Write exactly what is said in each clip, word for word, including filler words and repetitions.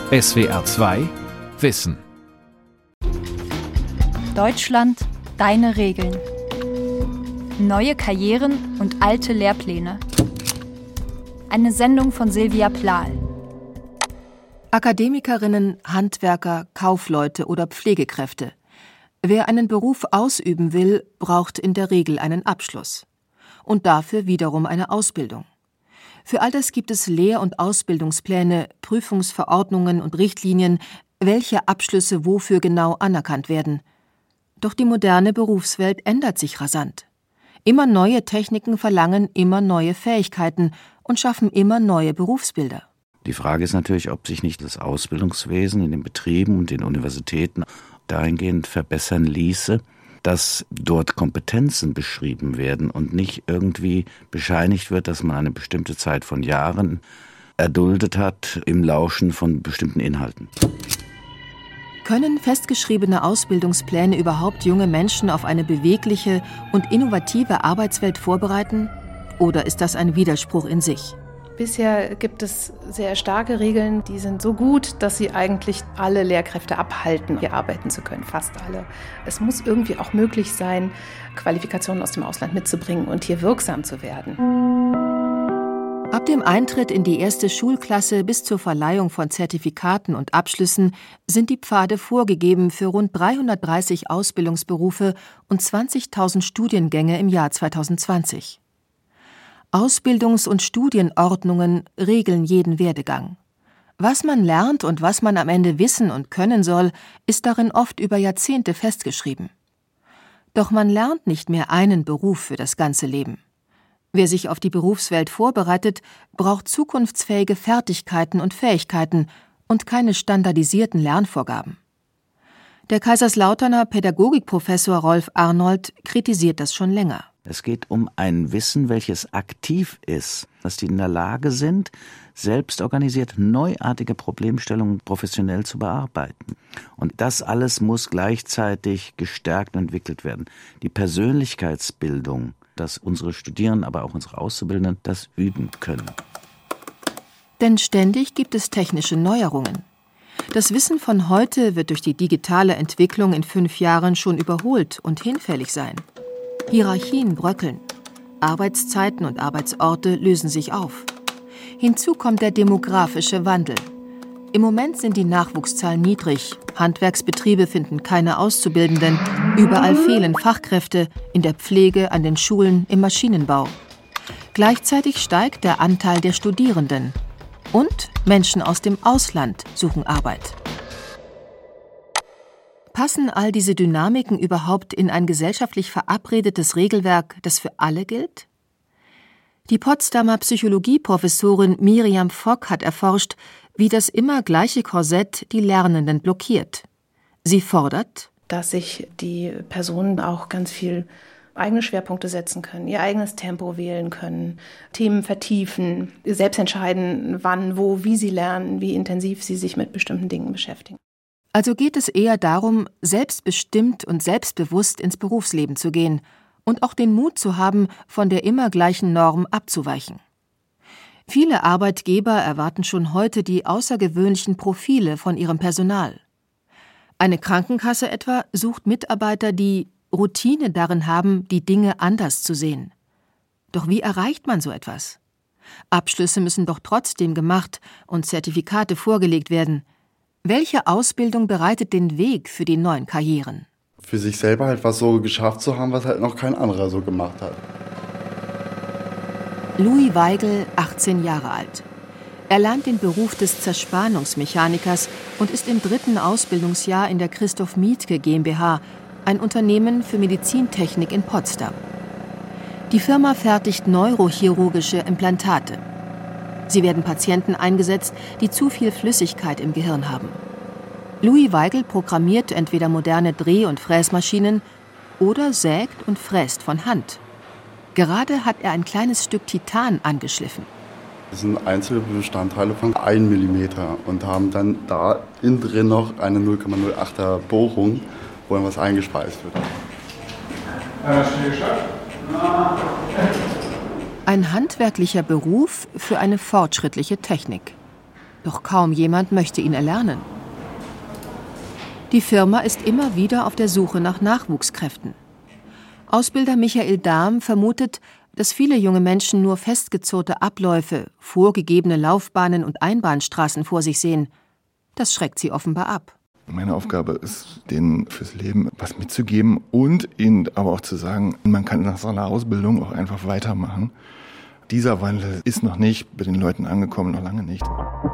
S W R zwei Wissen. Deutschland, deine Regeln. Neue Karrieren und alte Lehrpläne. Eine Sendung von Silvia Plahl. Akademikerinnen, Handwerker, Kaufleute oder Pflegekräfte. Wer einen Beruf ausüben will, braucht in der Regel einen Abschluss. Und dafür wiederum eine Ausbildung. Für all das gibt es Lehr- und Ausbildungspläne, Prüfungsverordnungen und Richtlinien, welche Abschlüsse wofür genau anerkannt werden. Doch die moderne Berufswelt ändert sich rasant. Immer neue Techniken verlangen immer neue Fähigkeiten und schaffen immer neue Berufsbilder. Die Frage ist natürlich, ob sich nicht das Ausbildungswesen in den Betrieben und den Universitäten dahingehend verbessern ließe, dass dort Kompetenzen beschrieben werden und nicht irgendwie bescheinigt wird, dass man eine bestimmte Zeit von Jahren erduldet hat im Lauschen von bestimmten Inhalten. Können festgeschriebene Ausbildungspläne überhaupt junge Menschen auf eine bewegliche und innovative Arbeitswelt vorbereiten? Oder ist das ein Widerspruch in sich? Bisher gibt es sehr starke Regeln, die sind so gut, dass sie eigentlich alle Lehrkräfte abhalten, hier arbeiten zu können, fast alle. Es muss irgendwie auch möglich sein, Qualifikationen aus dem Ausland mitzubringen und hier wirksam zu werden. Ab dem Eintritt in die erste Schulklasse bis zur Verleihung von Zertifikaten und Abschlüssen sind die Pfade vorgegeben für rund dreihundertdreißig Ausbildungsberufe und zwanzigtausend Studiengänge im Jahr zweitausendzwanzig. Ausbildungs- und Studienordnungen regeln jeden Werdegang. Was man lernt und was man am Ende wissen und können soll, ist darin oft über Jahrzehnte festgeschrieben. Doch man lernt nicht mehr einen Beruf für das ganze Leben. Wer sich auf die Berufswelt vorbereitet, braucht zukunftsfähige Fertigkeiten und Fähigkeiten und keine standardisierten Lernvorgaben. Der Kaiserslauterner Pädagogikprofessor Rolf Arnold kritisiert das schon länger. Es geht um ein Wissen, welches aktiv ist, dass die in der Lage sind, selbst organisiert neuartige Problemstellungen professionell zu bearbeiten. Und das alles muss gleichzeitig gestärkt und entwickelt werden. Die Persönlichkeitsbildung, dass unsere Studierenden, aber auch unsere Auszubildenden das üben können. Denn ständig gibt es technische Neuerungen. Das Wissen von heute wird durch die digitale Entwicklung in fünf Jahren schon überholt und hinfällig sein. Hierarchien bröckeln. Arbeitszeiten und Arbeitsorte lösen sich auf. Hinzu kommt der demografische Wandel. Im Moment sind die Nachwuchszahlen niedrig. Handwerksbetriebe finden keine Auszubildenden. Überall fehlen Fachkräfte, in der Pflege, an den Schulen, im Maschinenbau. Gleichzeitig steigt der Anteil der Studierenden. Und Menschen aus dem Ausland suchen Arbeit. Passen all diese Dynamiken überhaupt in ein gesellschaftlich verabredetes Regelwerk, das für alle gilt? Die Potsdamer Psychologieprofessorin Miriam Fock hat erforscht, wie das immer gleiche Korsett die Lernenden blockiert. Sie fordert, dass sich die Personen auch ganz viel eigene Schwerpunkte setzen können, ihr eigenes Tempo wählen können, Themen vertiefen, selbst entscheiden, wann, wo, wie sie lernen, wie intensiv sie sich mit bestimmten Dingen beschäftigen. Also geht es eher darum, selbstbestimmt und selbstbewusst ins Berufsleben zu gehen und auch den Mut zu haben, von der immer gleichen Norm abzuweichen. Viele Arbeitgeber erwarten schon heute die außergewöhnlichen Profile von ihrem Personal. Eine Krankenkasse etwa sucht Mitarbeiter, die Routine darin haben, die Dinge anders zu sehen. Doch wie erreicht man so etwas? Abschlüsse müssen doch trotzdem gemacht und Zertifikate vorgelegt werden. Welche Ausbildung bereitet den Weg für die neuen Karrieren? Für sich selber halt was so geschafft zu haben, was halt noch kein anderer so gemacht hat. Louis Weigel, achtzehn Jahre alt. Er lernt den Beruf des Zerspannungsmechanikers und ist im dritten Ausbildungsjahr in der Christoph Miethke GmbH, ein Unternehmen für Medizintechnik in Potsdam. Die Firma fertigt neurochirurgische Implantate. Sie werden Patienten eingesetzt, die zu viel Flüssigkeit im Gehirn haben. Louis Weigel programmiert entweder moderne Dreh- und Fräsmaschinen oder sägt und fräst von Hand. Gerade hat er ein kleines Stück Titan angeschliffen. Das sind einzelne Bestandteile von einem Millimeter und haben dann da innen drin noch eine null Komma null achter Bohrung, wo dann was eingespeist wird. Ein handwerklicher Beruf für eine fortschrittliche Technik. Doch kaum jemand möchte ihn erlernen. Die Firma ist immer wieder auf der Suche nach Nachwuchskräften. Ausbilder Michael Dahm vermutet, dass viele junge Menschen nur festgezurrte Abläufe, vorgegebene Laufbahnen und Einbahnstraßen vor sich sehen. Das schreckt sie offenbar ab. Meine Aufgabe ist, denen fürs Leben was mitzugeben und ihnen aber auch zu sagen, man kann nach so einer Ausbildung auch einfach weitermachen. Dieser Wandel ist noch nicht bei den Leuten angekommen, noch lange nicht.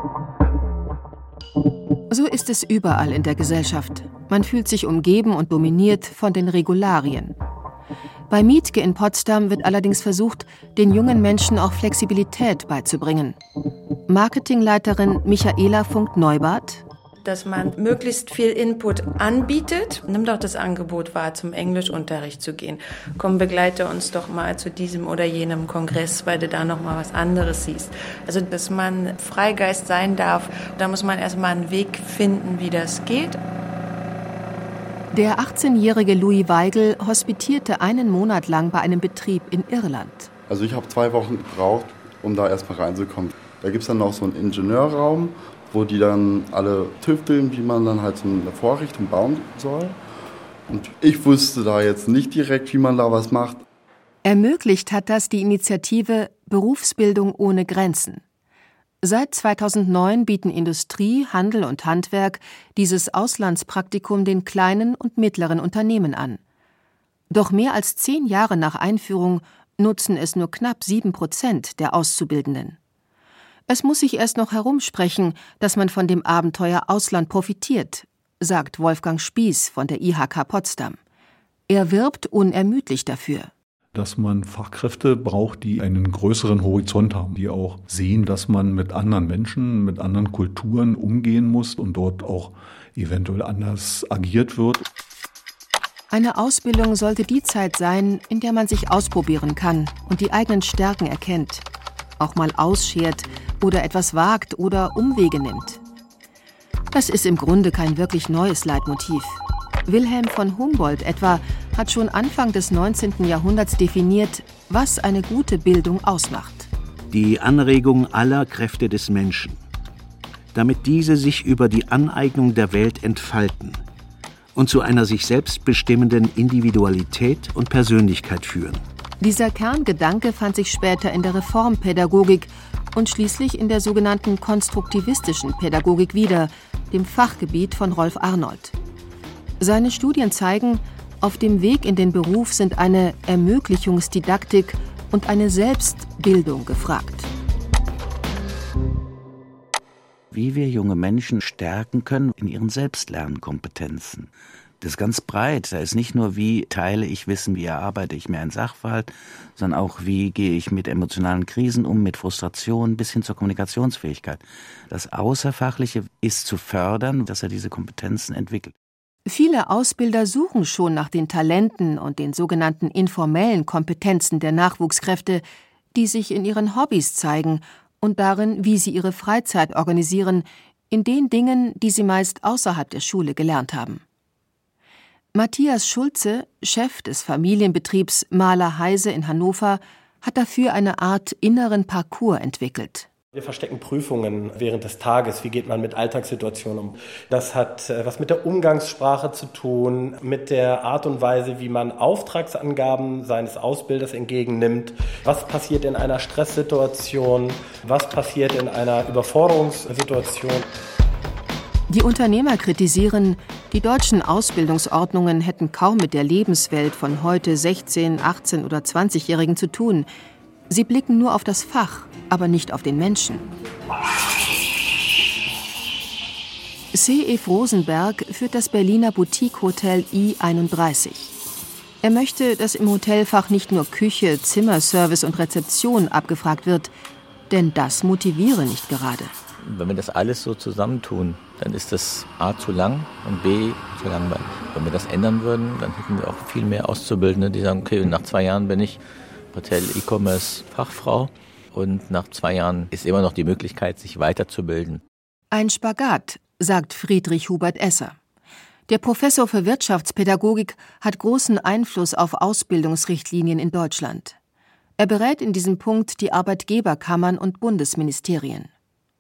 So ist es überall in der Gesellschaft. Man fühlt sich umgeben und dominiert von den Regularien. Bei Mietke in Potsdam wird allerdings versucht, den jungen Menschen auch Flexibilität beizubringen. Marketingleiterin Michaela Funk-Neubart: Dass man möglichst viel Input anbietet. Nimm doch das Angebot wahr, zum Englischunterricht zu gehen. Komm, begleite uns doch mal zu diesem oder jenem Kongress, weil du da noch mal was anderes siehst. Also, dass man Freigeist sein darf, da muss man erst mal einen Weg finden, wie das geht. Der achtzehnjährige Louis Weigel hospitierte einen Monat lang bei einem Betrieb in Irland. Also ich habe zwei Wochen gebraucht, um da erst mal reinzukommen. Da gibt es dann noch so einen Ingenieurraum, wo die dann alle tüfteln, wie man dann halt so eine Vorrichtung bauen soll. Und ich wusste da jetzt nicht direkt, wie man da was macht. Ermöglicht hat das die Initiative Berufsbildung ohne Grenzen. Seit zweitausendneun bieten Industrie, Handel und Handwerk dieses Auslandspraktikum den kleinen und mittleren Unternehmen an. Doch mehr als zehn Jahre nach Einführung nutzen es nur knapp sieben Prozent der Auszubildenden. Es muss sich erst noch herumsprechen, dass man von dem Abenteuer Ausland profitiert, sagt Wolfgang Spieß von der I H K Potsdam. Er wirbt unermüdlich dafür. Dass man Fachkräfte braucht, die einen größeren Horizont haben, die auch sehen, dass man mit anderen Menschen, mit anderen Kulturen umgehen muss und dort auch eventuell anders agiert wird. Eine Ausbildung sollte die Zeit sein, in der man sich ausprobieren kann und die eigenen Stärken erkennt, auch mal ausschert oder etwas wagt oder Umwege nimmt. Das ist im Grunde kein wirklich neues Leitmotiv. Wilhelm von Humboldt etwa hat schon Anfang des neunzehnten Jahrhunderts definiert, was eine gute Bildung ausmacht. Die Anregung aller Kräfte des Menschen, damit diese sich über die Aneignung der Welt entfalten und zu einer sich selbst bestimmenden Individualität und Persönlichkeit führen. Dieser Kerngedanke fand sich später in der Reformpädagogik und schließlich in der sogenannten konstruktivistischen Pädagogik wieder, dem Fachgebiet von Rolf Arnold. Seine Studien zeigen, auf dem Weg in den Beruf sind eine Ermöglichungsdidaktik und eine Selbstbildung gefragt. Wie wir junge Menschen stärken können in ihren Selbstlernkompetenzen. Das ist ganz breit. Da ist nicht nur, wie teile ich Wissen, wie erarbeite ich mir einen Sachverhalt, sondern auch, wie gehe ich mit emotionalen Krisen um, mit Frustration bis hin zur Kommunikationsfähigkeit. Das Außerfachliche ist zu fördern, dass er diese Kompetenzen entwickelt. Viele Ausbilder suchen schon nach den Talenten und den sogenannten informellen Kompetenzen der Nachwuchskräfte, die sich in ihren Hobbys zeigen und darin, wie sie ihre Freizeit organisieren, in den Dingen, die sie meist außerhalb der Schule gelernt haben. Matthias Schulze, Chef des Familienbetriebs Maler Heise in Hannover, hat dafür eine Art inneren Parcours entwickelt. Wir verstecken Prüfungen während des Tages. Wie geht man mit Alltagssituationen um? Das hat was mit der Umgangssprache zu tun, mit der Art und Weise, wie man Auftragsangaben seines Ausbilders entgegennimmt. Was passiert in einer Stresssituation? Was passiert in einer Überforderungssituation? Die Unternehmer kritisieren, die deutschen Ausbildungsordnungen hätten kaum mit der Lebenswelt von heute sechzehn-, achtzehn- oder zwanzigjährigen zu tun. Sie blicken nur auf das Fach, aber nicht auf den Menschen. C F Rosenberg führt das Berliner Boutique-Hotel I einunddreißig. Er möchte, dass im Hotelfach nicht nur Küche, Zimmerservice und Rezeption abgefragt wird, denn das motiviere nicht gerade. Wenn wir das alles so zusammentun, dann ist das A zu lang und B zu langweilig. Wenn wir das ändern würden, dann hätten wir auch viel mehr Auszubildende, die sagen, okay, nach zwei Jahren bin ich Hotel-E-Commerce-Fachfrau und nach zwei Jahren ist immer noch die Möglichkeit, sich weiterzubilden. Ein Spagat, sagt Friedrich Hubert Esser. Der Professor für Wirtschaftspädagogik hat großen Einfluss auf Ausbildungsrichtlinien in Deutschland. Er berät in diesem Punkt die Arbeitgeberkammern und Bundesministerien.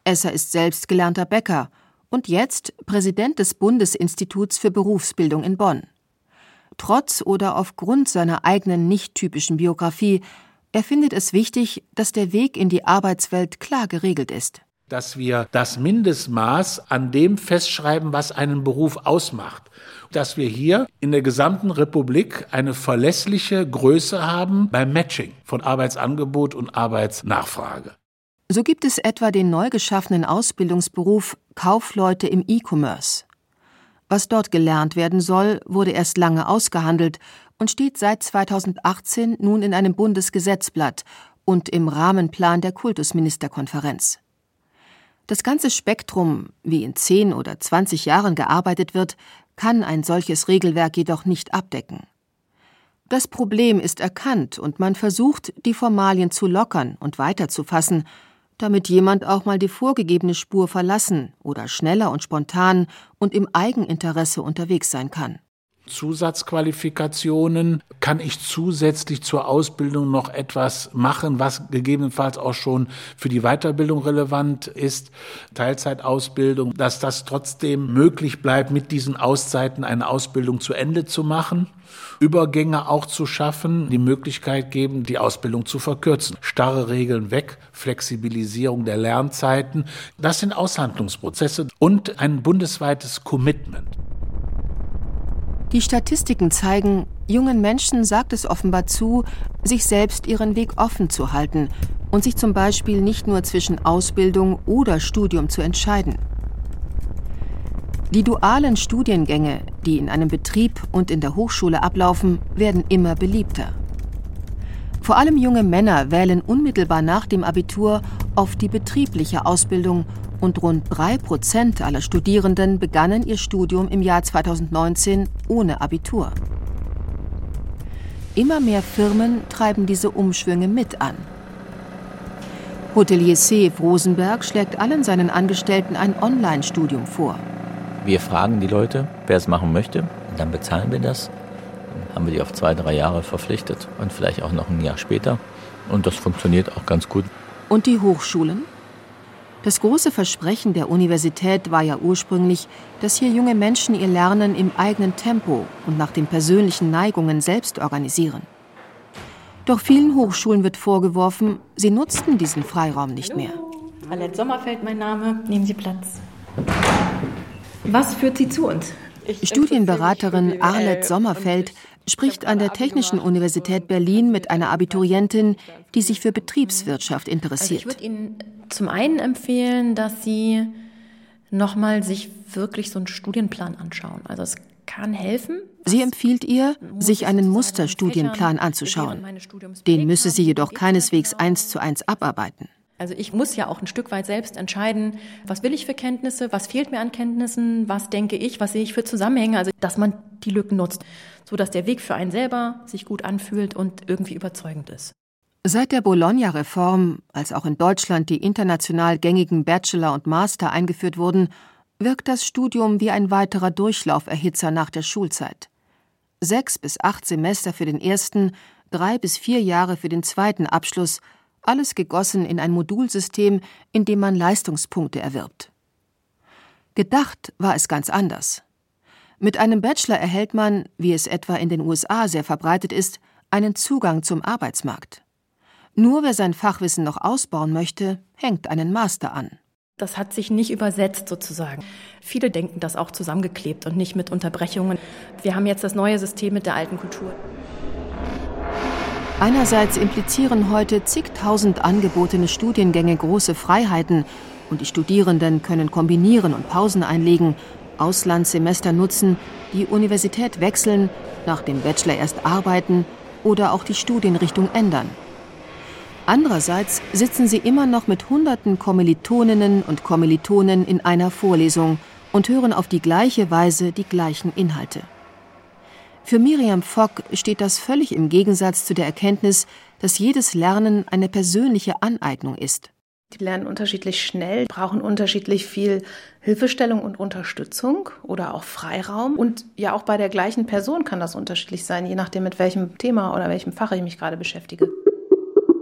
Esser ist selbst gelernter Bäcker und jetzt Präsident des Bundesinstituts für Berufsbildung in Bonn. Trotz oder aufgrund seiner eigenen nicht typischen Biografie, er findet es wichtig, dass der Weg in die Arbeitswelt klar geregelt ist. Dass wir das Mindestmaß an dem festschreiben, was einen Beruf ausmacht. Dass wir hier in der gesamten Republik eine verlässliche Größe haben beim Matching von Arbeitsangebot und Arbeitsnachfrage. So gibt es etwa den neu geschaffenen Ausbildungsberuf Kaufleute im E-Commerce. Was dort gelernt werden soll, wurde erst lange ausgehandelt und steht seit zweitausendachtzehn nun in einem Bundesgesetzblatt und im Rahmenplan der Kultusministerkonferenz. Das ganze Spektrum, wie in zehn oder zwanzig Jahren gearbeitet wird, kann ein solches Regelwerk jedoch nicht abdecken. Das Problem ist erkannt und man versucht, die Formalien zu lockern und weiterzufassen, damit jemand auch mal die vorgegebene Spur verlassen oder schneller und spontan und im Eigeninteresse unterwegs sein kann. Zusatzqualifikationen, kann ich zusätzlich zur Ausbildung noch etwas machen, was gegebenenfalls auch schon für die Weiterbildung relevant ist, Teilzeitausbildung, dass das trotzdem möglich bleibt, mit diesen Auszeiten eine Ausbildung zu Ende zu machen, Übergänge auch zu schaffen, die Möglichkeit geben, die Ausbildung zu verkürzen. Starre Regeln weg, Flexibilisierung der Lernzeiten, das sind Aushandlungsprozesse und ein bundesweites Commitment. Die Statistiken zeigen, jungen Menschen sagt es offenbar zu, sich selbst ihren Weg offen zu halten und sich zum Beispiel nicht nur zwischen Ausbildung oder Studium zu entscheiden. Die dualen Studiengänge, die in einem Betrieb und in der Hochschule ablaufen, werden immer beliebter. Vor allem junge Männer wählen unmittelbar nach dem Abitur oft die betriebliche Ausbildung und rund drei Prozent aller Studierenden begannen ihr Studium im Jahr zweitausendneunzehn ohne Abitur. Immer mehr Firmen treiben diese Umschwünge mit an. Hotelier Seef Rosenberg schlägt allen seinen Angestellten ein Online-Studium vor. Wir fragen die Leute, wer es machen möchte, und dann bezahlen wir das. Dann haben wir die auf zwei, drei Jahre verpflichtet und vielleicht auch noch ein Jahr später. Und das funktioniert auch ganz gut. Und die Hochschulen? Das große Versprechen der Universität war ja ursprünglich, dass hier junge Menschen ihr Lernen im eigenen Tempo und nach den persönlichen Neigungen selbst organisieren. Doch vielen Hochschulen wird vorgeworfen, sie nutzten diesen Freiraum nicht mehr. Arlette Sommerfeld, mein Name. Nehmen Sie Platz. Was führt Sie zu uns? Studienberaterin Arlette Sommerfeld spricht an der Technischen Universität Berlin mit einer Abiturientin, die sich für Betriebswirtschaft interessiert. Also ich würde Ihnen zum einen empfehlen, dass Sie nochmal sich wirklich so einen Studienplan anschauen. Also es kann helfen. Sie empfiehlt ihr, sich einen Musterstudienplan anzuschauen. Den müsse sie jedoch keineswegs eins zu eins abarbeiten. Also ich muss ja auch ein Stück weit selbst entscheiden, was will ich für Kenntnisse, was fehlt mir an Kenntnissen, was denke ich, was sehe ich für Zusammenhänge. Also dass man die Lücken nutzt, sodass der Weg für einen selber sich gut anfühlt und irgendwie überzeugend ist. Seit der Bologna-Reform, als auch in Deutschland die international gängigen Bachelor und Master eingeführt wurden, wirkt das Studium wie ein weiterer Durchlauferhitzer nach der Schulzeit. Sechs bis acht Semester für den ersten, drei bis vier Jahre für den zweiten Abschluss, alles gegossen in ein Modulsystem, in dem man Leistungspunkte erwirbt. Gedacht war es ganz anders. Mit einem Bachelor erhält man, wie es etwa in den U S A sehr verbreitet ist, einen Zugang zum Arbeitsmarkt. Nur wer sein Fachwissen noch ausbauen möchte, hängt einen Master an. Das hat sich nicht übersetzt sozusagen. Viele denken das auch zusammengeklebt und nicht mit Unterbrechungen. Wir haben jetzt das neue System mit der alten Kultur. Einerseits implizieren heute zigtausend angebotene Studiengänge große Freiheiten und die Studierenden können kombinieren und Pausen einlegen, Auslandssemester nutzen, die Universität wechseln, nach dem Bachelor erst arbeiten oder auch die Studienrichtung ändern. Andererseits sitzen sie immer noch mit hunderten Kommilitoninnen und Kommilitonen in einer Vorlesung und hören auf die gleiche Weise die gleichen Inhalte. Für Miriam Fock steht das völlig im Gegensatz zu der Erkenntnis, dass jedes Lernen eine persönliche Aneignung ist. Die lernen unterschiedlich schnell, brauchen unterschiedlich viel Hilfestellung und Unterstützung oder auch Freiraum. Und ja, auch bei der gleichen Person kann das unterschiedlich sein, je nachdem, mit welchem Thema oder welchem Fach ich mich gerade beschäftige.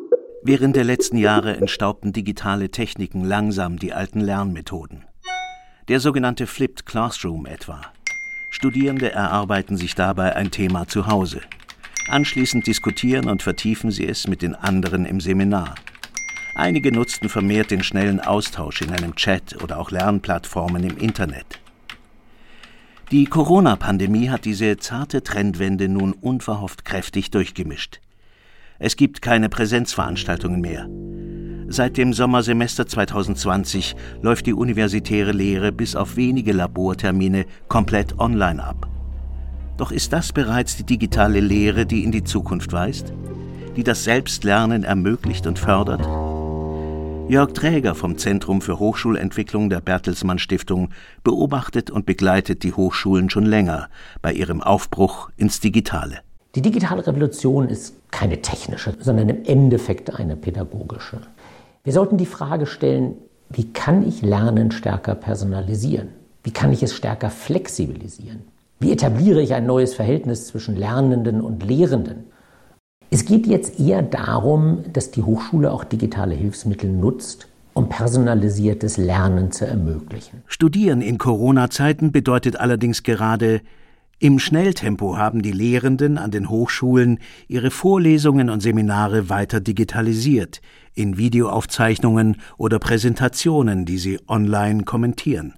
Während der letzten Jahre entstaubten digitale Techniken langsam die alten Lernmethoden. Der sogenannte Flipped Classroom etwa. Studierende erarbeiten sich dabei ein Thema zu Hause. Anschließend diskutieren und vertiefen sie es mit den anderen im Seminar. Einige nutzten vermehrt den schnellen Austausch in einem Chat oder auch Lernplattformen im Internet. Die Corona-Pandemie hat diese zarte Trendwende nun unverhofft kräftig durchgemischt. Es gibt keine Präsenzveranstaltungen mehr. Seit dem Sommersemester zwanzig zwanzig läuft die universitäre Lehre bis auf wenige Labortermine komplett online ab. Doch ist das bereits die digitale Lehre, die in die Zukunft weist? Die das Selbstlernen ermöglicht und fördert? Jörg Träger vom Zentrum für Hochschulentwicklung der Bertelsmann Stiftung beobachtet und begleitet die Hochschulen schon länger bei ihrem Aufbruch ins Digitale. Die digitale Revolution ist keine technische, sondern im Endeffekt eine pädagogische. Wir sollten die Frage stellen, wie kann ich Lernen stärker personalisieren? Wie kann ich es stärker flexibilisieren? Wie etabliere ich ein neues Verhältnis zwischen Lernenden und Lehrenden? Es geht jetzt eher darum, dass die Hochschule auch digitale Hilfsmittel nutzt, um personalisiertes Lernen zu ermöglichen. Studieren in Corona-Zeiten bedeutet allerdings gerade, im Schnelltempo haben die Lehrenden an den Hochschulen ihre Vorlesungen und Seminare weiter digitalisiert, in Videoaufzeichnungen oder Präsentationen, die sie online kommentieren.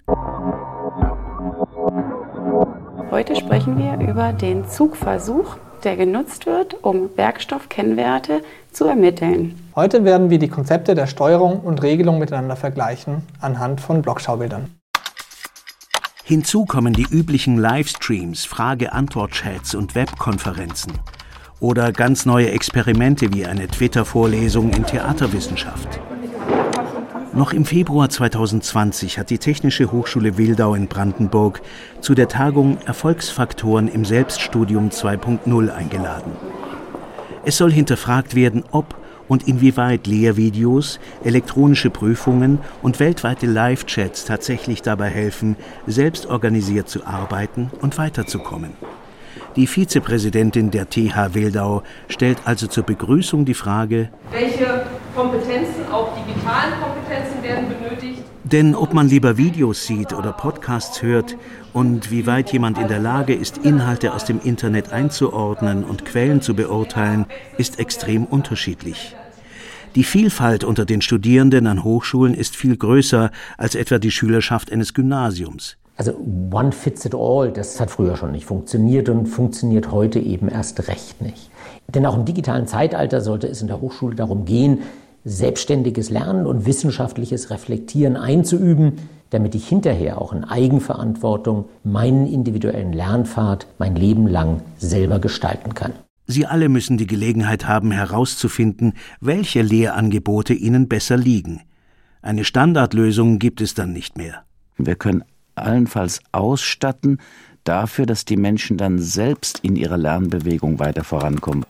Heute sprechen wir über den Zugversuch, der genutzt wird, um Werkstoffkennwerte zu ermitteln. Heute werden wir die Konzepte der Steuerung und Regelung miteinander vergleichen, anhand von Blockschaubildern. Hinzu kommen die üblichen Livestreams, Frage-Antwort-Chats und Webkonferenzen. Oder ganz neue Experimente wie eine Twitter-Vorlesung in Theaterwissenschaft. Noch im Februar zwanzig zwanzig hat die Technische Hochschule Wildau in Brandenburg zu der Tagung Erfolgsfaktoren im Selbststudium zwei Punkt null eingeladen. Es soll hinterfragt werden, ob und inwieweit Lehrvideos, elektronische Prüfungen und weltweite Live-Chats tatsächlich dabei helfen, selbst organisiert zu arbeiten und weiterzukommen. Die Vizepräsidentin der T H Wildau stellt also zur Begrüßung die Frage: Welche Kompetenzen, auch digitalen Kompetenzen, werden benötigt? Denn ob man lieber Videos sieht oder Podcasts hört und wie weit jemand in der Lage ist, Inhalte aus dem Internet einzuordnen und Quellen zu beurteilen, ist extrem unterschiedlich. Die Vielfalt unter den Studierenden an Hochschulen ist viel größer als etwa die Schülerschaft eines Gymnasiums. Also one fits it all, das hat früher schon nicht funktioniert und funktioniert heute eben erst recht nicht. Denn auch im digitalen Zeitalter sollte es in der Hochschule darum gehen, selbstständiges Lernen und wissenschaftliches Reflektieren einzuüben, damit ich hinterher auch in Eigenverantwortung meinen individuellen Lernpfad mein Leben lang selber gestalten kann. Sie alle müssen die Gelegenheit haben, herauszufinden, welche Lehrangebote ihnen besser liegen. Eine Standardlösung gibt es dann nicht mehr. Wir können allenfalls ausstatten dafür, dass die Menschen dann selbst in ihrer Lernbewegung weiter vorankommen.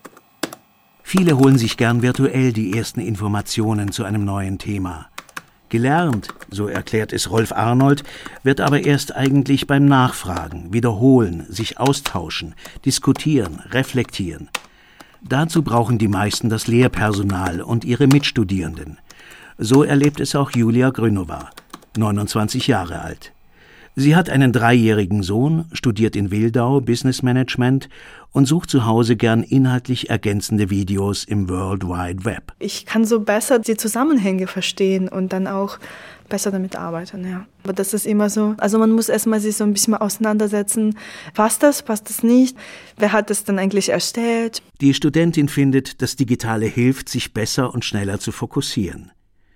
Viele holen sich gern virtuell die ersten Informationen zu einem neuen Thema. Gelernt, so erklärt es Rolf Arnold, wird aber erst eigentlich beim Nachfragen, Wiederholen, sich austauschen, diskutieren, reflektieren. Dazu brauchen die meisten das Lehrpersonal und ihre Mitstudierenden. So erlebt es auch Julia Grünova, neunundzwanzig Jahre alt. Sie hat einen dreijährigen Sohn, studiert in Wildau Business Management und sucht zu Hause gern inhaltlich ergänzende Videos im World Wide Web. Ich kann so besser die Zusammenhänge verstehen und dann auch besser damit arbeiten, ja. Aber das ist immer so, also man muss erstmal sich so ein bisschen mal auseinandersetzen. Passt das, passt das nicht? Wer hat das dann eigentlich erstellt? Die Studentin findet, das Digitale hilft, sich besser und schneller zu fokussieren.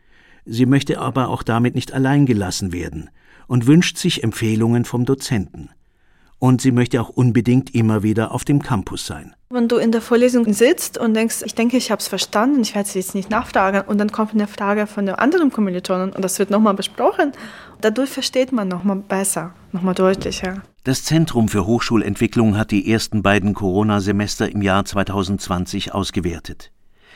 Sie möchte aber auch damit nicht allein gelassen werden und wünscht sich Empfehlungen vom Dozenten. Und sie möchte auch unbedingt immer wieder auf dem Campus sein. Wenn du in der Vorlesung sitzt und denkst, ich denke, ich habe es verstanden, ich werde es jetzt nicht nachfragen, und dann kommt eine Frage von der anderen Kommilitonen und das wird nochmal besprochen, dadurch versteht man nochmal besser, nochmal deutlicher. Das Zentrum für Hochschulentwicklung hat die ersten beiden Corona-Semester im Jahr zwanzig zwanzig ausgewertet.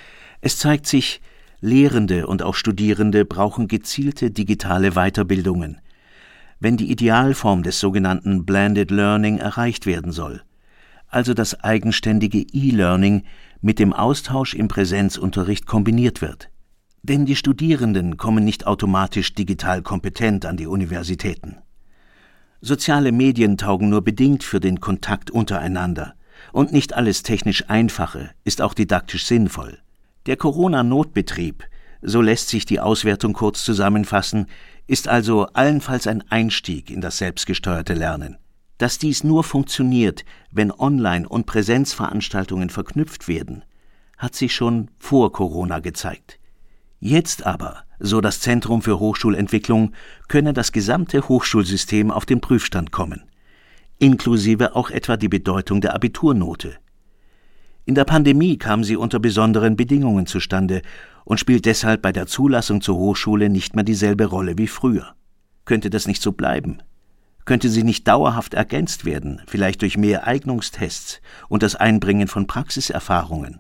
Es zeigt sich, Lehrende und auch Studierende brauchen gezielte digitale Weiterbildungen, wenn die Idealform des sogenannten Blended Learning erreicht werden soll, also das eigenständige E-Learning mit dem Austausch im Präsenzunterricht kombiniert wird. Denn die Studierenden kommen nicht automatisch digital kompetent an die Universitäten. Soziale Medien taugen nur bedingt für den Kontakt untereinander. Und nicht alles technisch Einfache ist auch didaktisch sinnvoll. Der Corona-Notbetrieb, so lässt sich die Auswertung kurz zusammenfassen, ist also allenfalls ein Einstieg in das selbstgesteuerte Lernen. Dass dies nur funktioniert, wenn Online- und Präsenzveranstaltungen verknüpft werden, hat sich schon vor Corona gezeigt. Jetzt aber, so das Zentrum für Hochschulentwicklung, könne das gesamte Hochschulsystem auf den Prüfstand kommen, inklusive auch etwa die Bedeutung der Abiturnote. In der Pandemie kam sie unter besonderen Bedingungen zustande und spielt deshalb bei der Zulassung zur Hochschule nicht mehr dieselbe Rolle wie früher. Könnte das nicht so bleiben? Könnte sie nicht dauerhaft ergänzt werden, vielleicht durch mehr Eignungstests und das Einbringen von Praxiserfahrungen?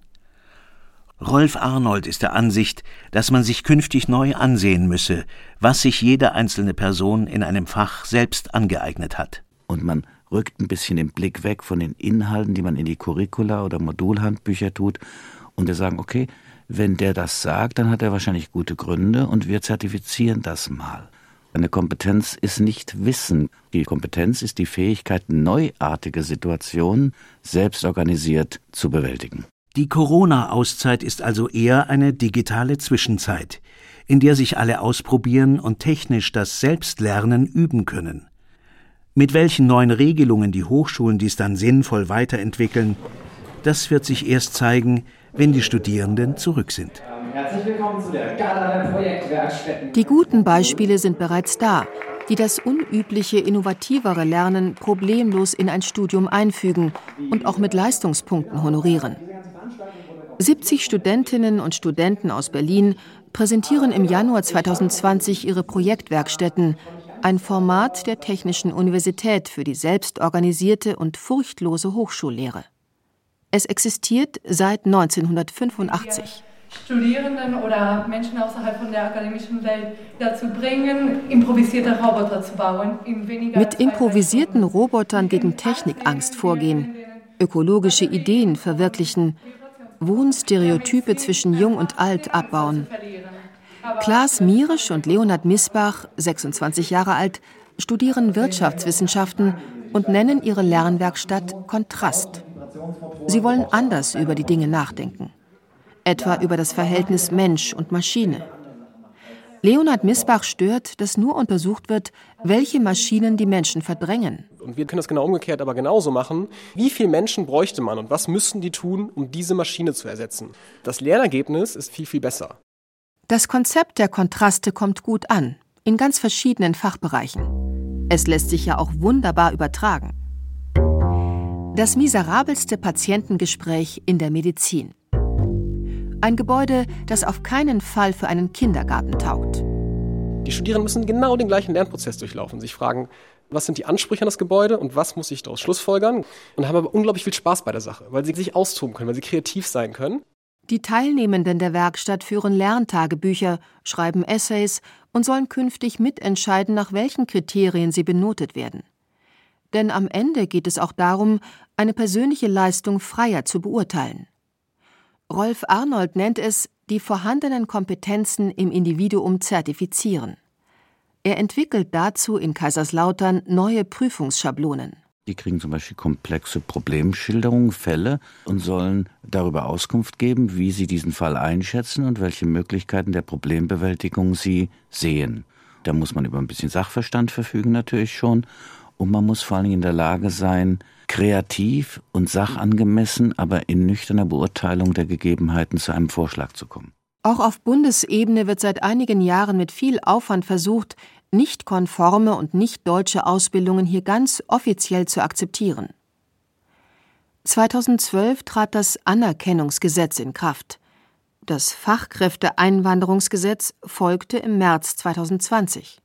Rolf Arnold ist der Ansicht, dass man sich künftig neu ansehen müsse, was sich jede einzelne Person in einem Fach selbst angeeignet hat. Und man rückt ein bisschen den Blick weg von den Inhalten, die man in die Curricula oder Modulhandbücher tut, und wir sagen, okay, wenn der das sagt, dann hat er wahrscheinlich gute Gründe und wir zertifizieren das mal. Eine Kompetenz ist nicht Wissen. Die Kompetenz ist die Fähigkeit, neuartige Situationen selbst organisiert zu bewältigen. Die Corona-Auszeit ist also eher eine digitale Zwischenzeit, in der sich alle ausprobieren und technisch das Selbstlernen üben können. Mit welchen neuen Regelungen die Hochschulen dies dann sinnvoll weiterentwickeln, das wird sich erst zeigen, wenn die Studierenden zurück sind. Herzlich willkommen zu der Gala der Projektwerkstätten. Die guten Beispiele sind bereits da, die das unübliche, innovativere Lernen problemlos in ein Studium einfügen und auch mit Leistungspunkten honorieren. siebzig Studentinnen und Studenten aus Berlin präsentieren im Januar zweitausendzwanzig ihre Projektwerkstätten, ein Format der Technischen Universität für die selbstorganisierte und furchtlose Hochschullehre. Es existiert seit neunzehnhundertfünfundachtzig. Studierenden oder Menschen außerhalb von der akademischen Welt dazu bringen, improvisierte Roboter zu bauen. In weniger Mit improvisierten Robotern gegen Technikangst vorgehen, ökologische Ideen verwirklichen, Wohnstereotype zwischen Jung und Alt abbauen. Klaas Mierisch und Leonhard Misbach, sechsundzwanzig Jahre alt, studieren Wirtschaftswissenschaften und nennen ihre Lernwerkstatt Kontrast. Sie wollen anders über die Dinge nachdenken, etwa über das Verhältnis Mensch und Maschine. Leonhard Misbach stört, dass nur untersucht wird, welche Maschinen die Menschen verdrängen. Und wir können das genau umgekehrt aber genauso machen. Wie viele Menschen bräuchte man und was müssten die tun, um diese Maschine zu ersetzen? Das Lernergebnis ist viel, viel besser. Das Konzept der Kontraste kommt gut an, in ganz verschiedenen Fachbereichen. Es lässt sich ja auch wunderbar übertragen. Das miserabelste Patientengespräch in der Medizin. Ein Gebäude, das auf keinen Fall für einen Kindergarten taugt. Die Studierenden müssen genau den gleichen Lernprozess durchlaufen, sich fragen, was sind die Ansprüche an das Gebäude und was muss ich daraus schlussfolgern, und haben aber unglaublich viel Spaß bei der Sache, weil sie sich austoben können, weil sie kreativ sein können. Die Teilnehmenden der Werkstatt führen Lerntagebücher, schreiben Essays und sollen künftig mitentscheiden, nach welchen Kriterien sie benotet werden. Denn am Ende geht es auch darum, eine persönliche Leistung freier zu beurteilen. Rolf Arnold nennt es, die vorhandenen Kompetenzen im Individuum zertifizieren. Er entwickelt dazu in Kaiserslautern neue Prüfungsschablonen. Die kriegen zum Beispiel komplexe Problemschilderungen, Fälle, und sollen darüber Auskunft geben, wie sie diesen Fall einschätzen und welche Möglichkeiten der Problembewältigung sie sehen. Da muss man über ein bisschen Sachverstand verfügen natürlich schon. Und man muss vor allem in der Lage sein, kreativ und sachangemessen, aber in nüchterner Beurteilung der Gegebenheiten zu einem Vorschlag zu kommen. Auch auf Bundesebene wird seit einigen Jahren mit viel Aufwand versucht, nicht konforme und nicht deutsche Ausbildungen hier ganz offiziell zu akzeptieren. zweitausendzwölf trat das Anerkennungsgesetz in Kraft. Das Fachkräfteeinwanderungsgesetz folgte im März zweitausendzwanzig.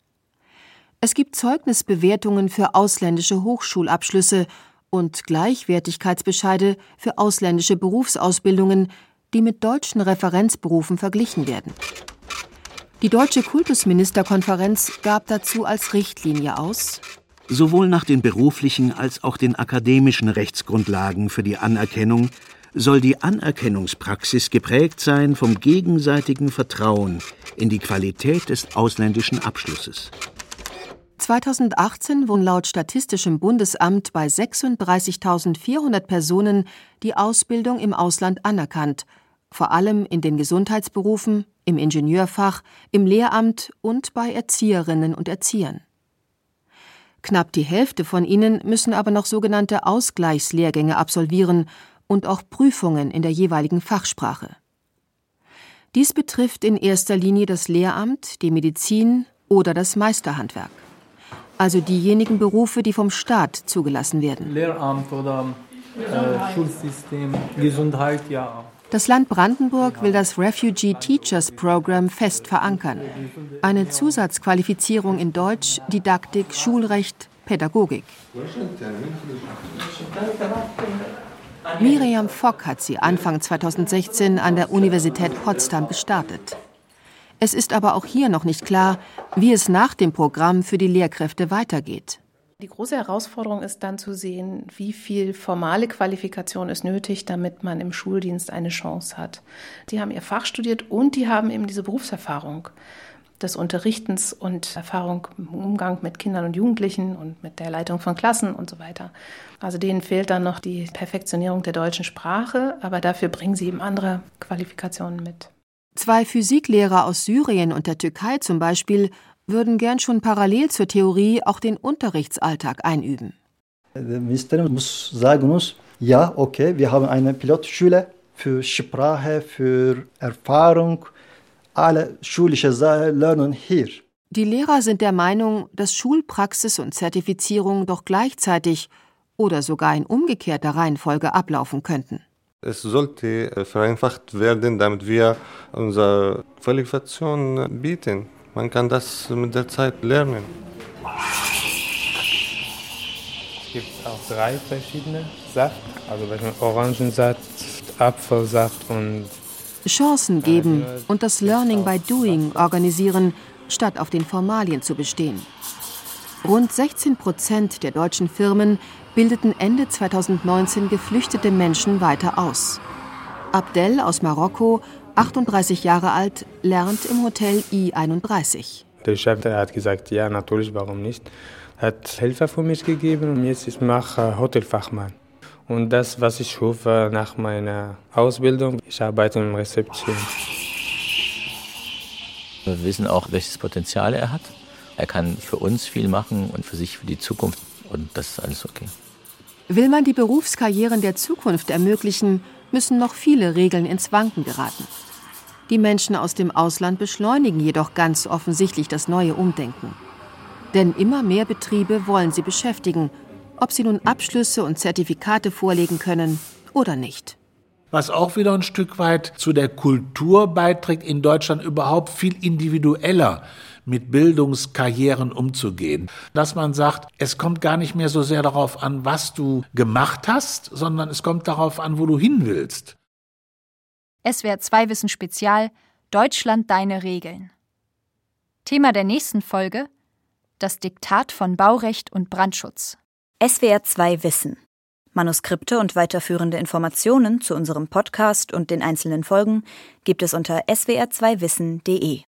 Es gibt Zeugnisbewertungen für ausländische Hochschulabschlüsse und Gleichwertigkeitsbescheide für ausländische Berufsausbildungen, die mit deutschen Referenzberufen verglichen werden. Die Deutsche Kultusministerkonferenz gab dazu als Richtlinie aus: Sowohl nach den beruflichen als auch den akademischen Rechtsgrundlagen für die Anerkennung soll die Anerkennungspraxis geprägt sein vom gegenseitigen Vertrauen in die Qualität des ausländischen Abschlusses. zweitausendachtzehn wurden laut Statistischem Bundesamt bei sechsunddreißigtausendvierhundert Personen die Ausbildung im Ausland anerkannt, vor allem in den Gesundheitsberufen, im Ingenieurfach, im Lehramt und bei Erzieherinnen und Erziehern. Knapp die Hälfte von ihnen müssen aber noch sogenannte Ausgleichslehrgänge absolvieren und auch Prüfungen in der jeweiligen Fachsprache. Dies betrifft in erster Linie das Lehramt, die Medizin oder das Meisterhandwerk. Also diejenigen Berufe, die vom Staat zugelassen werden. Lehramt oder äh, Schulsystem, Gesundheit, ja. Das Land Brandenburg will das Refugee Teachers Program fest verankern. Eine Zusatzqualifizierung in Deutsch, Didaktik, Schulrecht, Pädagogik. Miriam Fock hat sie Anfang zweitausendsechzehn an der Universität Potsdam gestartet. Es ist aber auch hier noch nicht klar, wie es nach dem Programm für die Lehrkräfte weitergeht. Die große Herausforderung ist dann zu sehen, wie viel formale Qualifikation ist nötig, damit man im Schuldienst eine Chance hat. Die haben ihr Fach studiert und die haben eben diese Berufserfahrung des Unterrichtens und Erfahrung im Umgang mit Kindern und Jugendlichen und mit der Leitung von Klassen und so weiter. Also denen fehlt dann noch die Perfektionierung der deutschen Sprache, aber dafür bringen sie eben andere Qualifikationen mit. Zwei Physiklehrer aus Syrien und der Türkei zum Beispiel würden gern schon parallel zur Theorie auch den Unterrichtsalltag einüben. Das Ministerium muss sagen uns, ja, okay, wir haben eine Pilotschule für Sprache, für Erfahrung, alle schulische Sachen lernen hier. Die Lehrer sind der Meinung, dass Schulpraxis und Zertifizierung doch gleichzeitig oder sogar in umgekehrter Reihenfolge ablaufen könnten. Es sollte vereinfacht werden, damit wir unsere Qualifikation bieten. Man kann das mit der Zeit lernen. Es gibt auch drei verschiedene Saft, also Orangensaft, Apfelsaft und... Chancen geben und das Learning by Doing organisieren, statt auf den Formalien zu bestehen. Rund sechzehn Prozent der deutschen Firmen bildeten Ende zweitausendneunzehn geflüchtete Menschen weiter aus. Abdel aus Marokko, achtunddreißig Jahre alt, lernt im Hotel I einunddreißig. Der Chef der hat gesagt, ja, natürlich, warum nicht. Hat Hilfe für mich gegeben und jetzt ich mache Hotelfachmann. Und das, was ich hoffe nach meiner Ausbildung, ich arbeite in Rezeption. Wir wissen auch, welches Potenzial er hat. Er kann für uns viel machen und für sich, für die Zukunft. Und das ist alles okay. Will man die Berufskarrieren der Zukunft ermöglichen, müssen noch viele Regeln ins Wanken geraten. Die Menschen aus dem Ausland beschleunigen jedoch ganz offensichtlich das neue Umdenken. Denn immer mehr Betriebe wollen sie beschäftigen, ob sie nun Abschlüsse und Zertifikate vorlegen können oder nicht. Was auch wieder ein Stück weit zu der Kultur beiträgt, in Deutschland überhaupt viel individueller mit Bildungskarrieren umzugehen. Dass man sagt, es kommt gar nicht mehr so sehr darauf an, was du gemacht hast, sondern es kommt darauf an, wo du hin willst. S W R zwei Wissen Spezial: Deutschland, deine Regeln. Thema der nächsten Folge: Das Diktat von Baurecht und Brandschutz. S W R zwei Wissen. Manuskripte und weiterführende Informationen zu unserem Podcast und den einzelnen Folgen gibt es unter s w r zwei wissen punkt de.